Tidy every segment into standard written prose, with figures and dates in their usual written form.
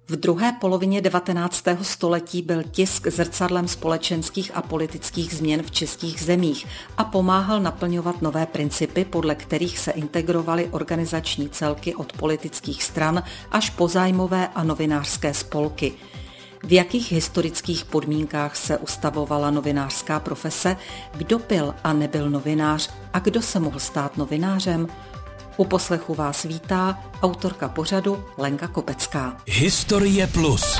V druhé polovině 19. století byl tisk zrcadlem společenských a politických změn v českých zemích a pomáhal naplňovat nové principy, podle kterých se integrovaly organizační celky od politických stran až po zájmové a novinářské spolky. V jakých historických podmínkách se ustavovala novinářská profese, kdo byl a nebyl novinář a kdo se mohl stát novinářem? U poslechu vás vítá autorka pořadu Lenka Kopecká. Historie plus.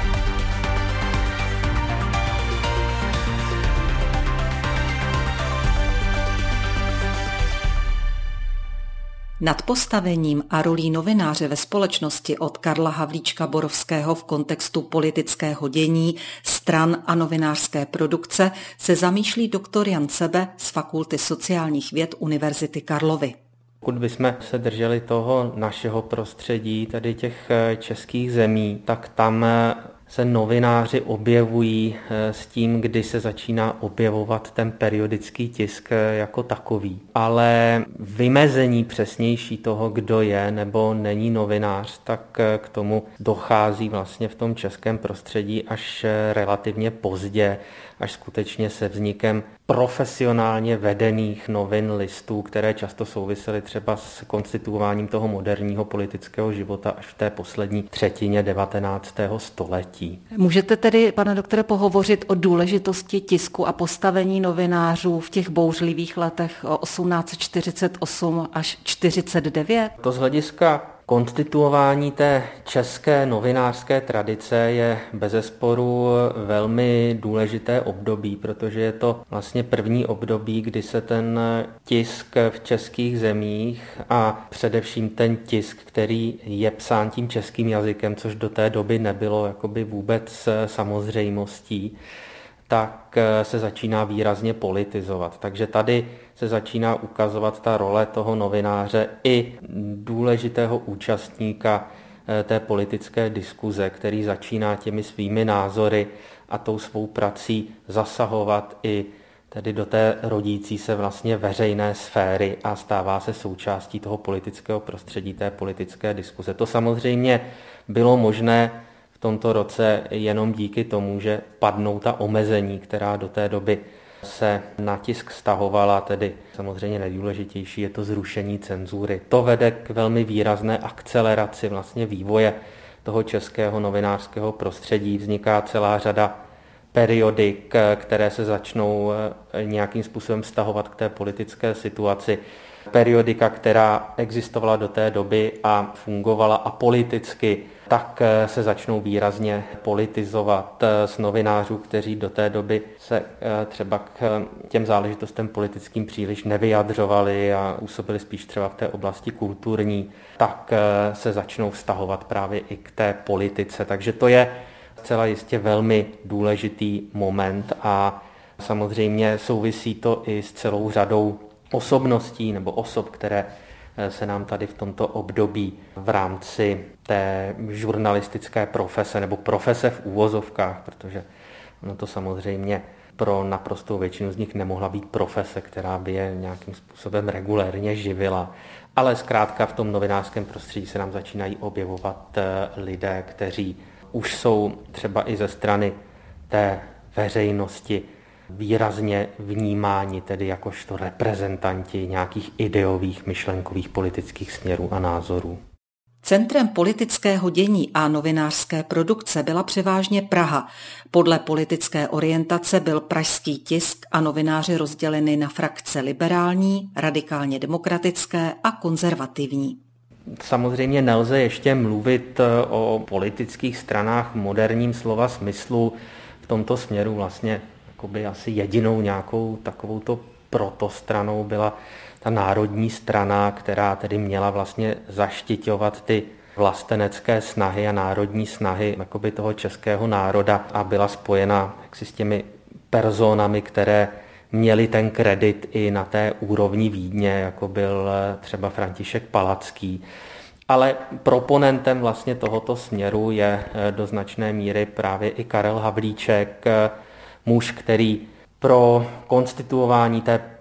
Nad postavením a rolí novináře ve společnosti od Karla Havlíčka Borovského v kontextu politického dění, stran a novinářské produkce se zamýšlí doktor Jan Sebe z Fakulty sociálních věd Univerzity Karlovy. Pokud bychom se drželi toho našeho prostředí, tady těch českých zemí, tak tam se novináři objevují s tím, kdy se začíná objevovat ten periodický tisk jako takový. Ale vymezení přesnější toho, kdo je nebo není novinář, tak k tomu dochází vlastně v tom českém prostředí až relativně pozdě, až skutečně se vznikem profesionálně vedených novin, listů, které často souvisely třeba s konstituováním toho moderního politického života až v té poslední třetině 19. století. Můžete tedy, pane doktore, pohovořit o důležitosti tisku a postavení novinářů v těch bouřlivých letech 1848 až 49? To z hlediska konstituování té české novinářské tradice je bezesporu velmi důležité období, protože je to vlastně první období, kdy se ten tisk v českých zemích a především ten tisk, který je psán tím českým jazykem, což do té doby nebylo jakoby vůbec samozřejmostí, tak se začíná výrazně politizovat. Takže tady se začíná ukazovat ta role toho novináře i důležitého účastníka té politické diskuze, který začíná těmi svými názory a tou svou prací zasahovat i tedy do té rodící se vlastně veřejné sféry a stává se součástí toho politického prostředí, té politické diskuze. To samozřejmě bylo možné v tomto roce jenom díky tomu, že padnou ta omezení, která do té doby se na tisk stahovala, tedy samozřejmě nejdůležitější je to zrušení cenzury. To vede k velmi výrazné akceleraci vlastně vývoje toho českého novinářského prostředí. Vzniká celá řada periodik, které se začnou nějakým způsobem vztahovat k té politické situaci. Periodika, která existovala do té doby a fungovala apoliticky, tak se začnou výrazně politizovat z novinářů, kteří do té doby se třeba k těm záležitostem politickým příliš nevyjadřovali a působili spíš třeba v té oblasti kulturní, tak se začnou vztahovat právě i k té politice. Takže to je zcela jistě velmi důležitý moment a samozřejmě souvisí to i s celou řadou osobností nebo osob, které se nám tady v tomto období v rámci té žurnalistické profese nebo profese v úvozovkách, protože ono to samozřejmě pro naprostou většinu z nich nemohla být profese, která by je nějakým způsobem regulérně živila. Ale zkrátka v tom novinářském prostředí se nám začínají objevovat lidé, kteří už jsou třeba i ze strany té veřejnosti výrazně vnímáni tedy jakožto reprezentanti nějakých ideových, myšlenkových, politických směrů a názorů. Centrem politického dění a novinářské produkce byla převážně Praha. Podle politické orientace byl pražský tisk a novináři rozděleni na frakce liberální, radikálně demokratické a konzervativní. Samozřejmě nelze ještě mluvit o politických stranách v moderním slova smyslu. V tomto směru vlastně jakoby asi jedinou nějakou takovouto protostranou byla ta národní strana, která tedy měla vlastně zaštiťovat ty vlastenecké snahy a národní snahy jakoby toho českého národa a byla spojena jaksi s těmi personami, které měli ten kredit i na té úrovni Vídně, jako byl třeba František Palacký. Ale proponentem vlastně tohoto směru je do značné míry právě i Karel Havlíček, muž, který pro konstituování té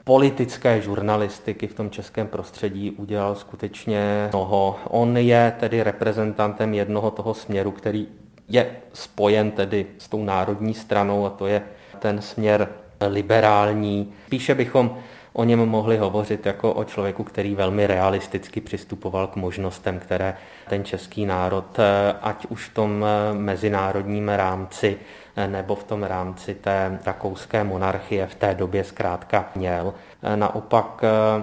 politické žurnalistiky v tom českém prostředí udělal skutečně mnoho. On je tedy reprezentantem jednoho toho směru, který je spojen tedy s tou národní stranou, a to je ten směr liberální. Spíše bychom o něm mohli hovořit jako o člověku, který velmi realisticky přistupoval k možnostem, které ten český národ, ať už v tom mezinárodním rámci nebo v tom rámci té rakouské monarchie v té době zkrátka měl. Naopak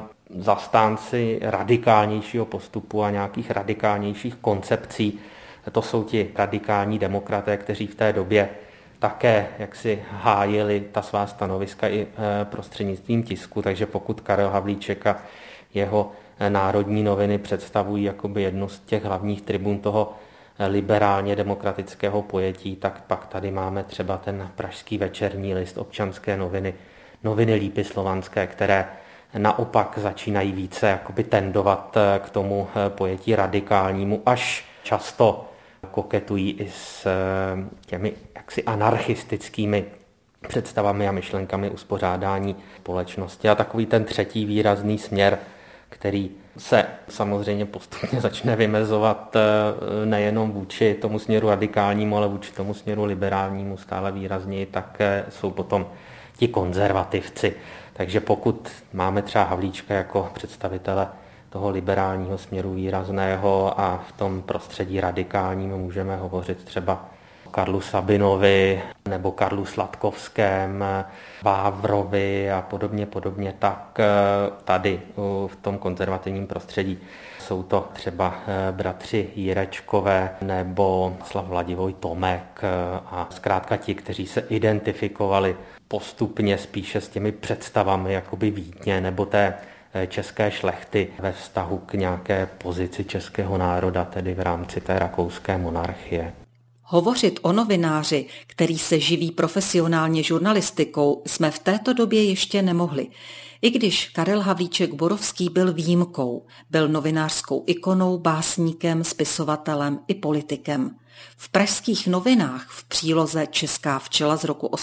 zastánci radikálnějšího postupu a nějakých radikálnějších koncepcí, to jsou ti radikální demokraté, kteří v té době také jaksi hájili ta svá stanoviska i prostřednictvím tisku, takže pokud Karel Havlíček a jeho Národní noviny představují jakoby jednu z těch hlavních tribun toho liberálně demokratického pojetí, tak pak tady máme třeba ten pražský Večerní list, Občanské noviny, noviny Lípy slovanské, které naopak začínají více jakoby tendovat k tomu pojetí radikálnímu, až často koketují i s těmi jaksi anarchistickými představami a myšlenkami uspořádání společnosti. A takový ten třetí výrazný směr, který se samozřejmě postupně začne vymezovat nejenom vůči tomu směru radikálnímu, ale vůči tomu směru liberálnímu stále výrazněji, tak jsou potom ti konzervativci. Takže pokud máme třeba Havlíčka jako představitele toho liberálního směru výrazného a v tom prostředí radikálním můžeme hovořit třeba o Karlu Sabinovi nebo Karlu Sladkovském, Vávrovi a podobně, tak tady v tom konzervativním prostředí jsou to třeba bratři Jirečkové nebo Slav Vladivoj Tomek a zkrátka ti, kteří se identifikovali postupně spíše s těmi představami jakoby Vídně nebo té české šlechty ve vztahu k nějaké pozici českého národa, tedy v rámci té rakouské monarchie. Hovořit o novináři, který se živí profesionálně žurnalistikou, jsme v této době ještě nemohli. I když Karel Havlíček Borovský byl výjimkou, byl novinářskou ikonou, básníkem, spisovatelem i politikem. V pražských novinách v příloze Česká včela z roku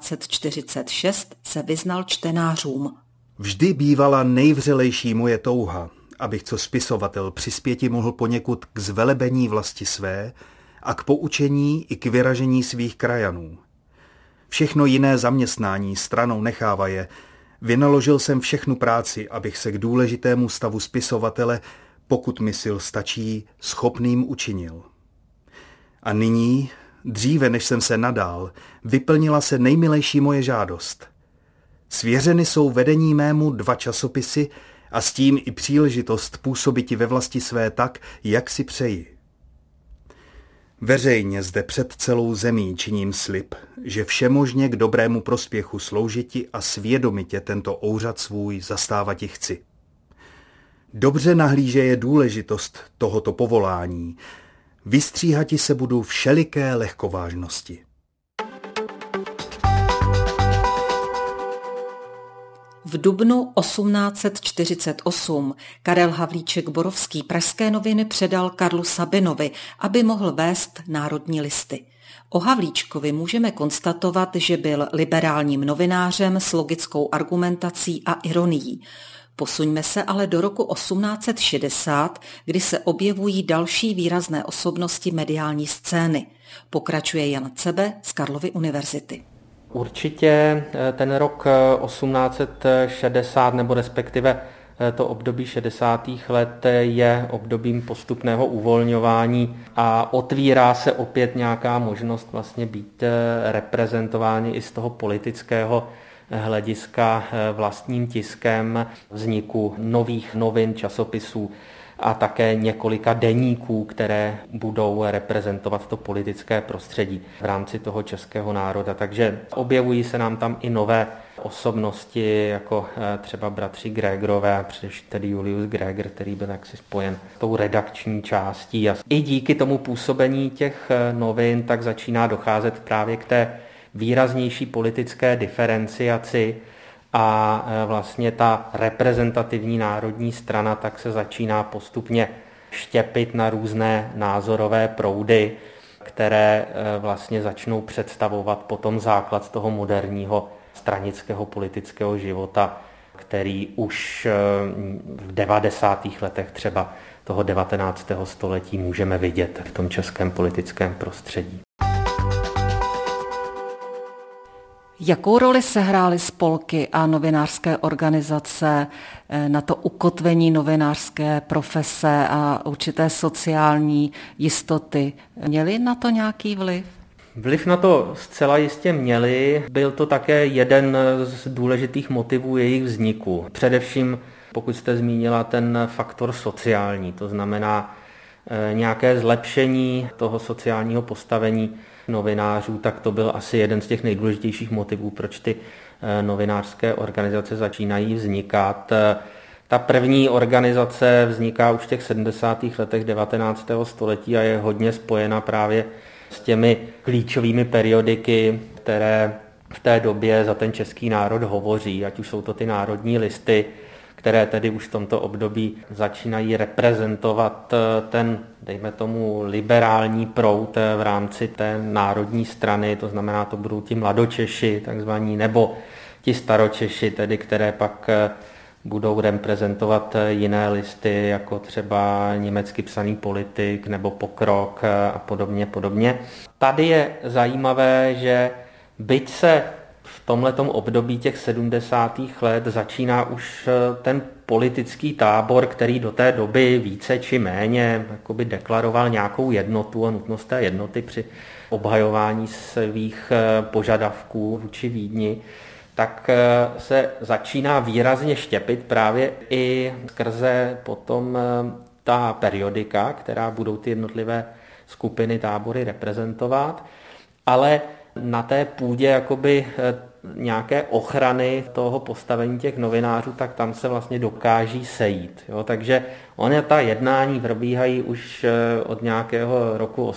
1846 se vyznal čtenářům. Vždy bývala nejvřelejší moje touha, abych co spisovatel přispěti mohl poněkud k zvelebení vlasti své a k poučení i k vyražení svých krajanů. Všechno jiné zaměstnání stranou nechávaje, vynaložil jsem všechnu práci, abych se k důležitému stavu spisovatele, pokud mi sil stačí, schopným učinil. A nyní, dříve než jsem se nadál, vyplnila se nejmilejší moje žádost. Svěřeny jsou vedení mému 2 časopisy a s tím i příležitost působiti ve vlasti své tak, jak si přeji. Veřejně zde před celou zemí činím slib, že všemožně k dobrému prospěchu sloužiti a svědomitě tento úřad svůj zastávati chci. Dobře nahlíže je důležitost tohoto povolání, vystříhati se budu všeliké lehkovážnosti. V dubnu 1848 Karel Havlíček Borovský pražské noviny předal Karlu Sabinovi, aby mohl vést Národní listy. O Havlíčkovi můžeme konstatovat, že byl liberálním novinářem s logickou argumentací a ironií. Posuňme se ale do roku 1860, kdy se objevují další výrazné osobnosti mediální scény. Pokračuje Jan Cebe z Karlovy univerzity. Určitě ten rok 1860 nebo respektive to období 60. let je obdobím postupného uvolňování a otvírá se opět nějaká možnost vlastně být reprezentováni i z toho politického hlediska vlastním tiskem, vzniku nových novin, časopisů a také několika deníků, které budou reprezentovat to politické prostředí v rámci toho českého národa. Takže objevují se nám tam i nové osobnosti, jako třeba bratři Gregorové, především tedy Julius Gregor, který byl jaksi spojen s tou redakční částí. A i díky tomu působení těch novin tak začíná docházet právě k té výraznější politické diferenciaci a vlastně ta reprezentativní národní strana tak se začíná postupně štěpit na různé názorové proudy, které vlastně začnou představovat potom základ toho moderního stranického politického života, který už v 90. letech třeba toho 19. století můžeme vidět v tom českém politickém prostředí. Jakou roli sehrály spolky a novinářské organizace na to ukotvení novinářské profese a určité sociální jistoty? Měly na to nějaký vliv? Vliv na to zcela jistě měli. Byl to také jeden z důležitých motivů jejich vzniku. Především, pokud jste zmínila ten faktor sociální, to znamená nějaké zlepšení toho sociálního postavení novinářů, tak to byl asi jeden z těch nejdůležitějších motivů, proč ty novinářské organizace začínají vznikat. Ta první organizace vzniká už v těch 70. letech 19. století a je hodně spojena právě s těmi klíčovými periodiky, které v té době za ten český národ hovoří, ať už jsou to ty národní listy, které tedy už v tomto období začínají reprezentovat ten, dejme tomu, liberální proud v rámci té národní strany, to znamená, to budou ti mladočeši takzvaní, nebo ti staročeši, tedy které pak budou reprezentovat jiné listy, jako třeba německy psaný Politik nebo Pokrok a podobně. Tady je zajímavé, že byť se v tomhletom období těch 70. let začíná už ten politický tábor, který do té doby více či méně jakoby deklaroval nějakou jednotu a nutnost té jednoty při obhajování svých požadavků vůči Vídni, tak se začíná výrazně štěpit právě i skrze potom ta periodika, která budou ty jednotlivé skupiny, tábory reprezentovat, ale na té půdě jakoby nějaké ochrany toho postavení těch novinářů, tak tam se vlastně dokáží sejít. Jo? Takže ta jednání probíhají už od nějakého roku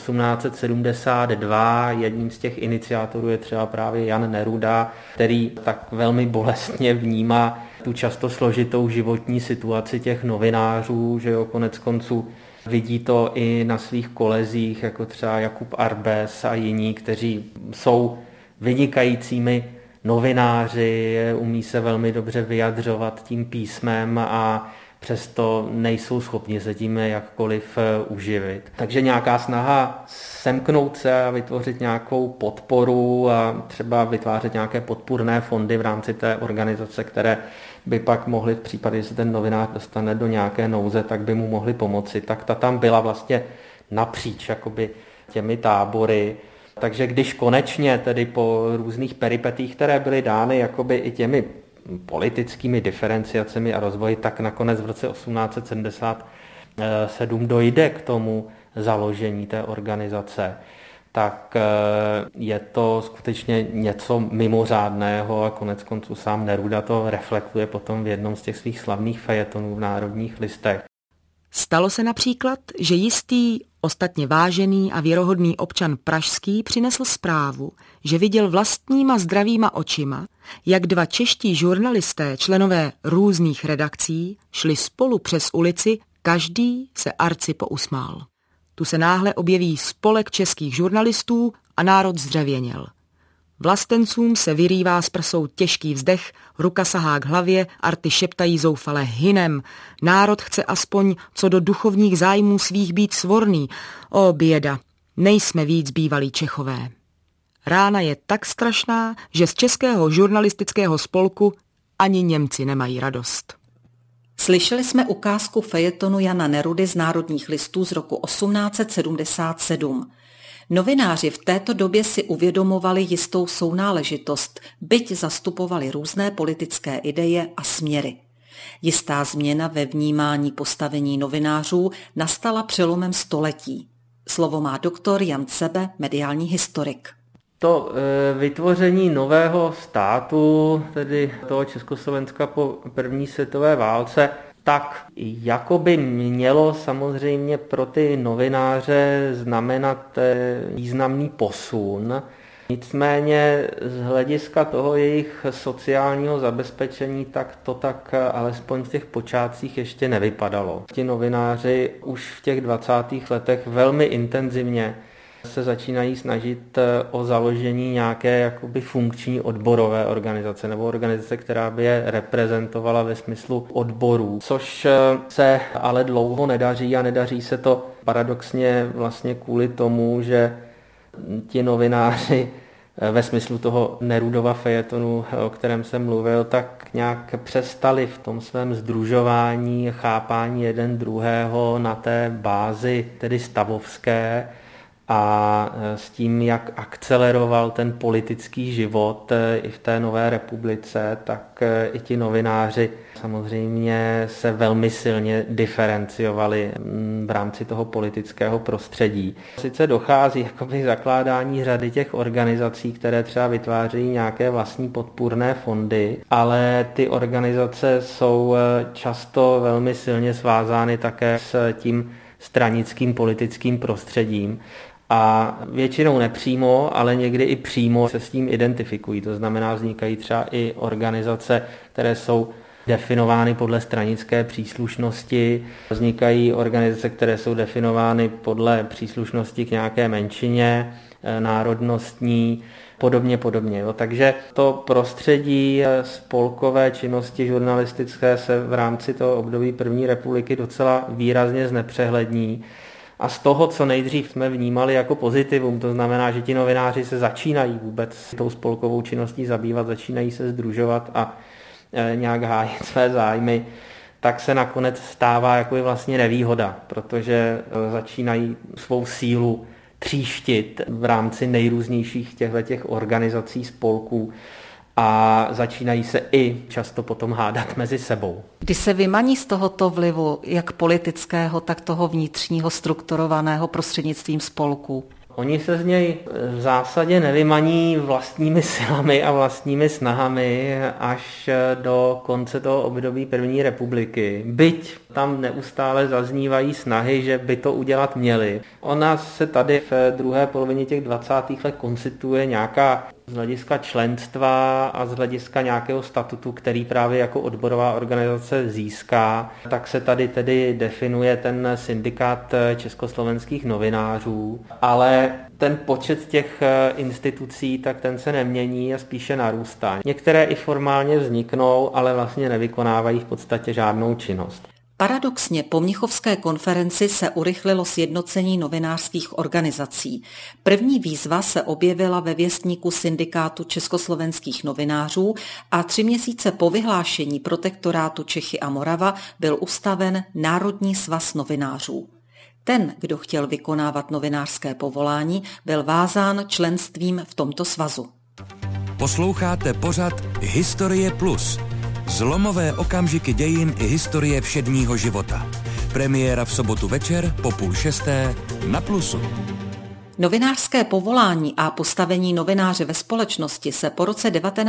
1872. Jedním z těch iniciátorů je třeba právě Jan Neruda, který tak velmi bolestně vnímá tu často složitou životní situaci těch novinářů, že jo, konec konců vidí to i na svých kolezích, jako třeba Jakub Arbes a jiní, kteří jsou vynikajícími novináři, umí se velmi dobře vyjadřovat tím písmem a přesto nejsou schopni se tím jakkoliv uživit. Takže nějaká snaha semknout se a vytvořit nějakou podporu a třeba vytvářet nějaké podpůrné fondy v rámci té organizace, které by pak mohly v případě, že se ten novinář dostane do nějaké nouze, tak by mu mohli pomoci. Tak ta tam byla vlastně napříč jakoby těmi tábory. Takže když konečně tedy po různých peripetích, které byly dány jakoby i těmi politickými diferenciacemi a rozvoji, tak nakonec v roce 1877 dojde k tomu založení té organizace, tak je to skutečně něco mimořádného a konec konců sám Neruda to reflektuje potom v jednom z těch svých slavných fejetonů v Národních listech. Stalo se například, že jistý, ostatně vážený a věrohodný občan pražský přinesl zprávu, že viděl vlastníma zdravýma očima, jak dva čeští žurnalisté, členové různých redakcí, šli spolu přes ulici, každý se arci pousmál. Tu se náhle objeví spolek českých žurnalistů a národ zdřevěněl. Vlastencům se vyrývá z prsou těžký vzdech, ruka sahá k hlavě, arty šeptají zoufale hynem. Národ chce aspoň co do duchovních zájmů svých být svorný. O běda, nejsme víc bývalí Čechové. Rána je tak strašná, že z českého žurnalistického spolku ani Němci nemají radost. Slyšeli jsme ukázku fejetonu Jana Nerudy z Národních listů z roku 1877. Novináři v této době si uvědomovali jistou sounáležitost, byť zastupovali různé politické ideje a směry. Jistá změna ve vnímání postavení novinářů nastala přelomem století. Slovo má doktor Jan Sebe, mediální historik. To vytvoření nového státu, tedy toho Československa po první světové válce, tak jakoby mělo samozřejmě pro ty novináře znamenat významný posun. Nicméně z hlediska toho jejich sociálního zabezpečení tak to tak alespoň v těch počátcích ještě nevypadalo. Ti novináři už v těch 20. letech velmi intenzivně se začínají snažit o založení nějaké jakoby funkční odborové organizace nebo organizace, která by je reprezentovala ve smyslu odborů, což se ale dlouho nedaří a nedaří se to paradoxně vlastně kvůli tomu, že ti novináři ve smyslu toho Nerudova fejetonu, o kterém jsem mluvil, tak nějak přestali v tom svém sdružování, chápání jeden druhého na té bázi tedy stavovské a s tím, jak akceleroval ten politický život i v té nové republice, tak i ti novináři samozřejmě se velmi silně diferenciovali v rámci toho politického prostředí. Sice dochází jakoby k zakládání řady těch organizací, které třeba vytvářejí nějaké vlastní podpůrné fondy, ale ty organizace jsou často velmi silně svázány také s tím stranickým politickým prostředím. A většinou nepřímo, ale někdy i přímo se s tím identifikují. To znamená, vznikají třeba i organizace, které jsou definovány podle stranické příslušnosti, vznikají organizace, které jsou definovány podle příslušnosti k nějaké menšině, národnostní, podobně. Jo. Takže to prostředí spolkové činnosti žurnalistické se v rámci toho období první republiky docela výrazně znepřehlední. A z toho, co nejdřív jsme vnímali jako pozitivum, to znamená, že ti novináři se začínají vůbec tou spolkovou činností zabývat, začínají se sdružovat a nějak hájit své zájmy, tak se nakonec stává jako vlastně nevýhoda, protože začínají svou sílu tříštit v rámci nejrůznějších těchto organizací, spolků a začínají se i často potom hádat mezi sebou. Když se vymaní z tohoto vlivu, jak politického, tak toho vnitřního strukturovaného prostřednictvím spolků? Oni se z něj v zásadě nevymaní vlastními silami a vlastními snahami až do konce toho období první republiky. Byť tam neustále zaznívají snahy, že by to udělat měli. Ona se tady v druhé polovině těch 20. let konstituje nějaká z hlediska členstva a z hlediska nějakého statutu, který právě jako odborová organizace získá, tak se tady tedy definuje ten syndikát československých novinářů, ale ten počet těch institucí, tak ten se nemění a spíše narůstá. Některé i formálně vzniknou, ale vlastně nevykonávají v podstatě žádnou činnost. Paradoxně po Mnichovské konferenci se urychlilo sjednocení novinářských organizací. První výzva se objevila ve věstníku syndikátu československých novinářů a 3 měsíce po vyhlášení protektorátu Čechy a Morava byl ustaven Národní svaz novinářů. Ten, kdo chtěl vykonávat novinářské povolání, byl vázán členstvím v tomto svazu. Posloucháte pořad Historie Plus. Zlomové okamžiky dějin i historie všedního života. Premiéra v sobotu večer po 5:30 na Plusu. Novinářské povolání a postavení novináře ve společnosti se po roce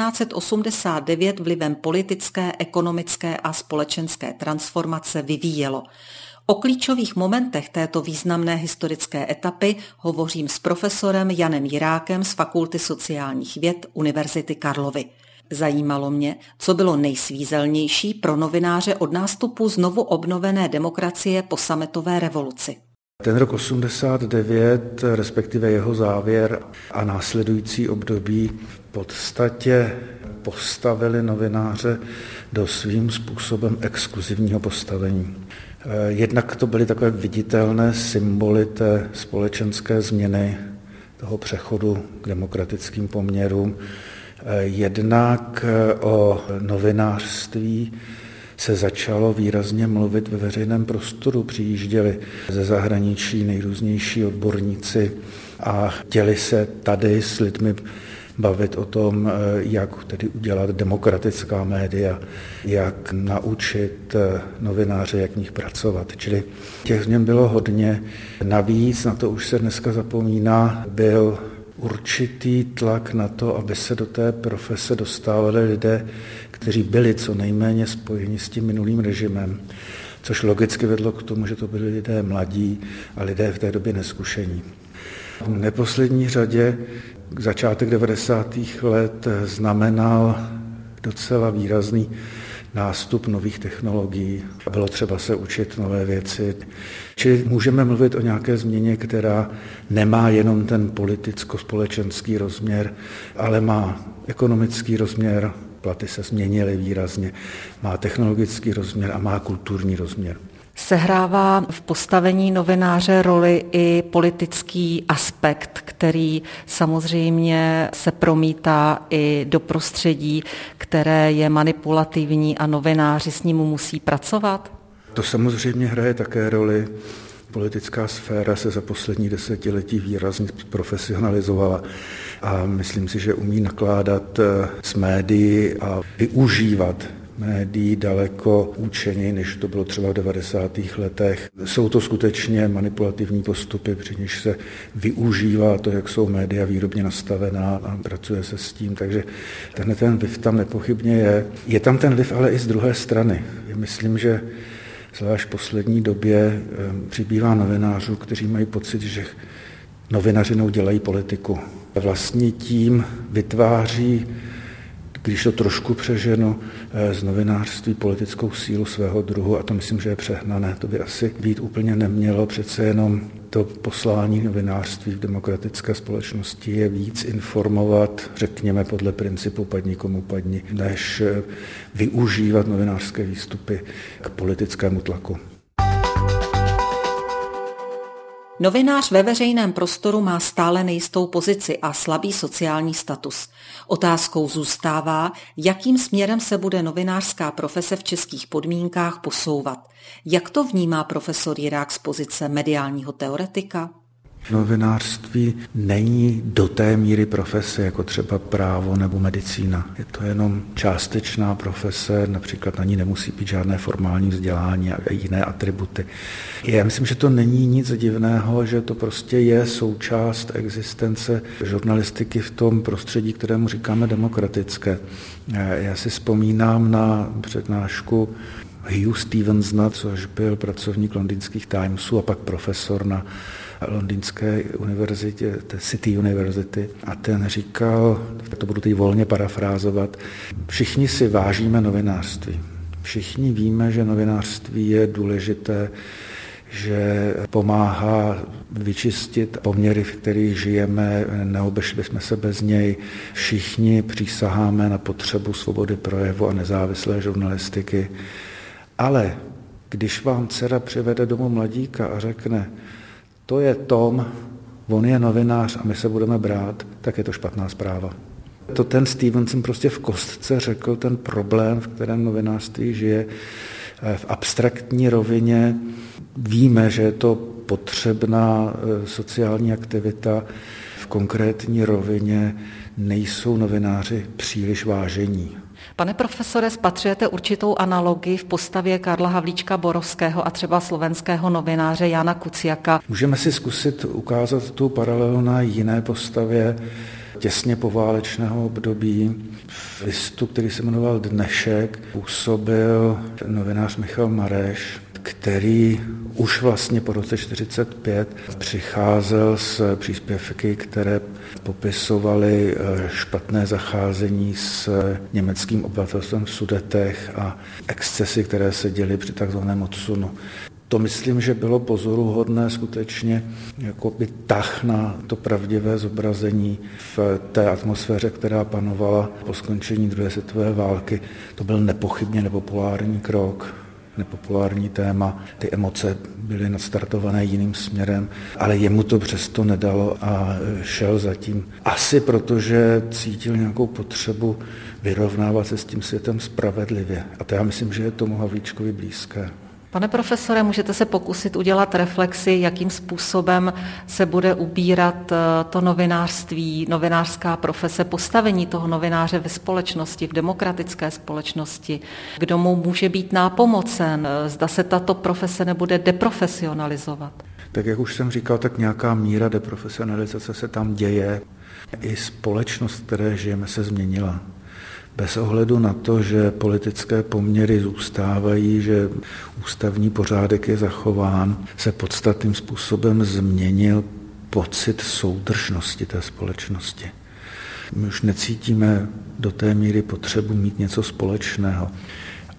1989 vlivem politické, ekonomické a společenské transformace vyvíjelo. O klíčových momentech této významné historické etapy hovořím s profesorem Janem Jirákem z Fakulty sociálních věd Univerzity Karlovy. Zajímalo mě, co bylo nejsvízelnější pro novináře od nástupu znovu obnovené demokracie po sametové revoluci. Ten rok 89, respektive jeho závěr a následující období v podstatě postavili novináře do svým způsobem exkluzivního postavení. Jednak to byly takové viditelné symboly té společenské změny, toho přechodu k demokratickým poměrům. Jednak o novinářství se začalo výrazně mluvit ve veřejném prostoru. Přijížděli ze zahraničí nejrůznější odborníci a chtěli se tady s lidmi bavit o tom, jak tedy udělat demokratická média, jak naučit novináře, jak v nich pracovat. Čili těch změn bylo hodně. Navíc, na to už se dneska zapomíná, byl určitý tlak na to, aby se do té profese dostávali lidé, kteří byli co nejméně spojeni s tím minulým režimem, což logicky vedlo k tomu, že to byli lidé mladí a lidé v té době neskušení. V neposlední řadě začátek 90. let znamenal docela výrazný nástup nových technologií. Bylo třeba se učit nové věci. Čili můžeme mluvit o nějaké změně, která nemá jenom ten politicko-společenský rozměr, ale má ekonomický rozměr, platy se změnily výrazně, má technologický rozměr a má kulturní rozměr. Sehrává v postavení novináře roli i politický aspekt, který samozřejmě se promítá i do prostředí, které je manipulativní a novináři s ním musí pracovat? To samozřejmě hraje také roli. Politická sféra se za poslední desetiletí výrazně profesionalizovala a myslím si, že umí nakládat s médií a využívat médií daleko účinněji, než to bylo třeba v 90. letech. Jsou to skutečně manipulativní postupy, při nichž se využívá to, jak jsou média výrobně nastavená a pracuje se s tím, takže ten vliv tam nepochybně je. Je tam ten vliv ale i z druhé strany. Myslím, že zvlášť v poslední době přibývá novinářů, kteří mají pocit, že novinařinou dělají politiku. Vlastně tím vytváří, když to trošku přeženu, z novinářství politickou sílu svého druhu, a to myslím, že je přehnané. To by asi být úplně nemělo. Přece jenom to poslání novinářství v demokratické společnosti je víc informovat, řekněme podle principu padni komu padni, než využívat novinářské výstupy k politickému tlaku. Novinář ve veřejném prostoru má stále nejistou pozici a slabý sociální status. Otázkou zůstává, jakým směrem se bude novinářská profese v českých podmínkách posouvat. Jak to vnímá profesor Jirák z pozice mediálního teoretika? Novinářství není do té míry profese, jako třeba právo nebo medicína. Je to jenom částečná profese, například na ní nemusí být žádné formální vzdělání a jiné atributy. Já myslím, že to není nic divného, že to prostě je součást existence žurnalistiky v tom prostředí, kterému říkáme demokratické. Já si vzpomínám na přednášku Hugh Stevensona, což byl pracovník londýnských Timesů a pak profesor na londýnské univerzitě, City University, a ten říkal, to budu teď volně parafrázovat, všichni si vážíme novinářství. Všichni víme, že novinářství je důležité, že pomáhá vyčistit poměry, v kterých žijeme, neobešli bychom se bez něj. Všichni přísaháme na potřebu svobody projevu a nezávislé žurnalistiky. Ale když vám dcera přivede domů mladíka a řekne, to je Tom, on je novinář a my se budeme brát, tak je to špatná zpráva. To ten Stevenson prostě v kostce řekl, ten problém, v kterém novinářství žije, v abstraktní rovině. Víme, že je to potřebná sociální aktivita, v konkrétní rovině nejsou novináři příliš vážení. Pane profesore, spatřujete určitou analogii v postavě Karla Havlíčka Borovského a třeba slovenského novináře Jana Kuciaka? Můžeme si zkusit ukázat tu paralelu na jiné postavě těsně poválečného období. V listu, který se jmenoval Dnešek, působil novinář Michal Mareš, který už vlastně po roce 1945 přicházel s příspěvky, které popisovaly špatné zacházení s německým obyvatelstvem v Sudetech a excesy, které se děly při takzvaném odsunu. To myslím, že bylo pozoruhodné skutečně jako by tah na to pravdivé zobrazení v té atmosféře, která panovala po skončení druhé světové války. To byl nepochybně nepopulární krok, nepopulární téma. Ty emoce byly nadstartované jiným směrem, ale jemu to přesto nedalo a šel zatím. Asi protože cítil nějakou potřebu vyrovnávat se s tím světem spravedlivě. A to já myslím, že je tomu Havlíčkovi blízké. Pane profesore, můžete se pokusit udělat reflexi, jakým způsobem se bude ubírat to novinářství, novinářská profese, postavení toho novináře ve společnosti, v demokratické společnosti, kdo mu může být nápomocen, zda se tato profese nebude deprofesionalizovat? Tak jak už jsem říkal, tak nějaká míra deprofesionalizace se tam děje. I společnost, v které žijeme, se změnila. Bez ohledu na to, že politické poměry zůstávají, že ústavní pořádek je zachován, se podstatným způsobem změnil pocit soudržnosti té společnosti. My už necítíme do té míry potřebu mít něco společného.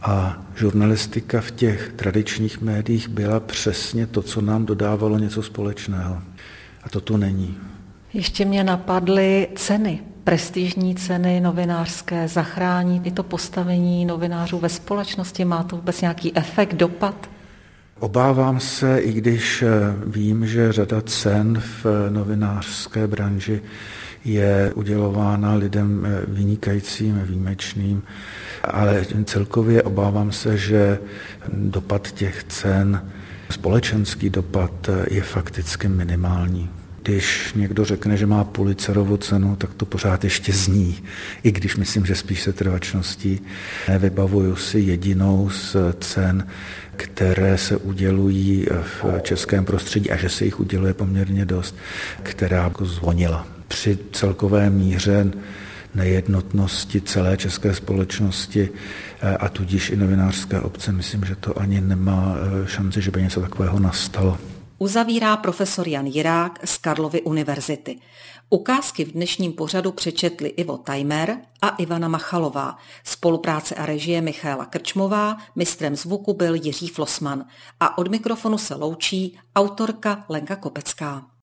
A žurnalistika v těch tradičních médiích byla přesně to, co nám dodávalo něco společného. A to není. Ještě mě napadly ceny, prestižní ceny novinářské, zachrání i to postavení novinářů ve společnosti. Má to vůbec nějaký efekt, dopad? Obávám se, i když vím, že řada cen v novinářské branži je udělována lidem vynikajícím, výjimečným, ale celkově obávám se, že dopad těch cen, společenský dopad je fakticky minimální. Když někdo řekne, že má Pulitzerovu cenu, tak to pořád ještě zní, i když myslím, že spíš se trvačností. Nevybavuju si jedinou z cen, které se udělují v českém prostředí, a že se jich uděluje poměrně dost, která zvonila. Při celkové míře nejednotnosti celé české společnosti a tudíž i novinářské obce, myslím, že to ani nemá šanci, že by něco takového nastalo. Uzavírá profesor Jan Jirák z Karlovy univerzity. Ukázky v dnešním pořadu přečetli Ivo Tajmer a Ivana Machalová. Spolupráce a režie Michaela Krčmová, mistrem zvuku byl Jiří Flossmann a od mikrofonu se loučí autorka Lenka Kopecká.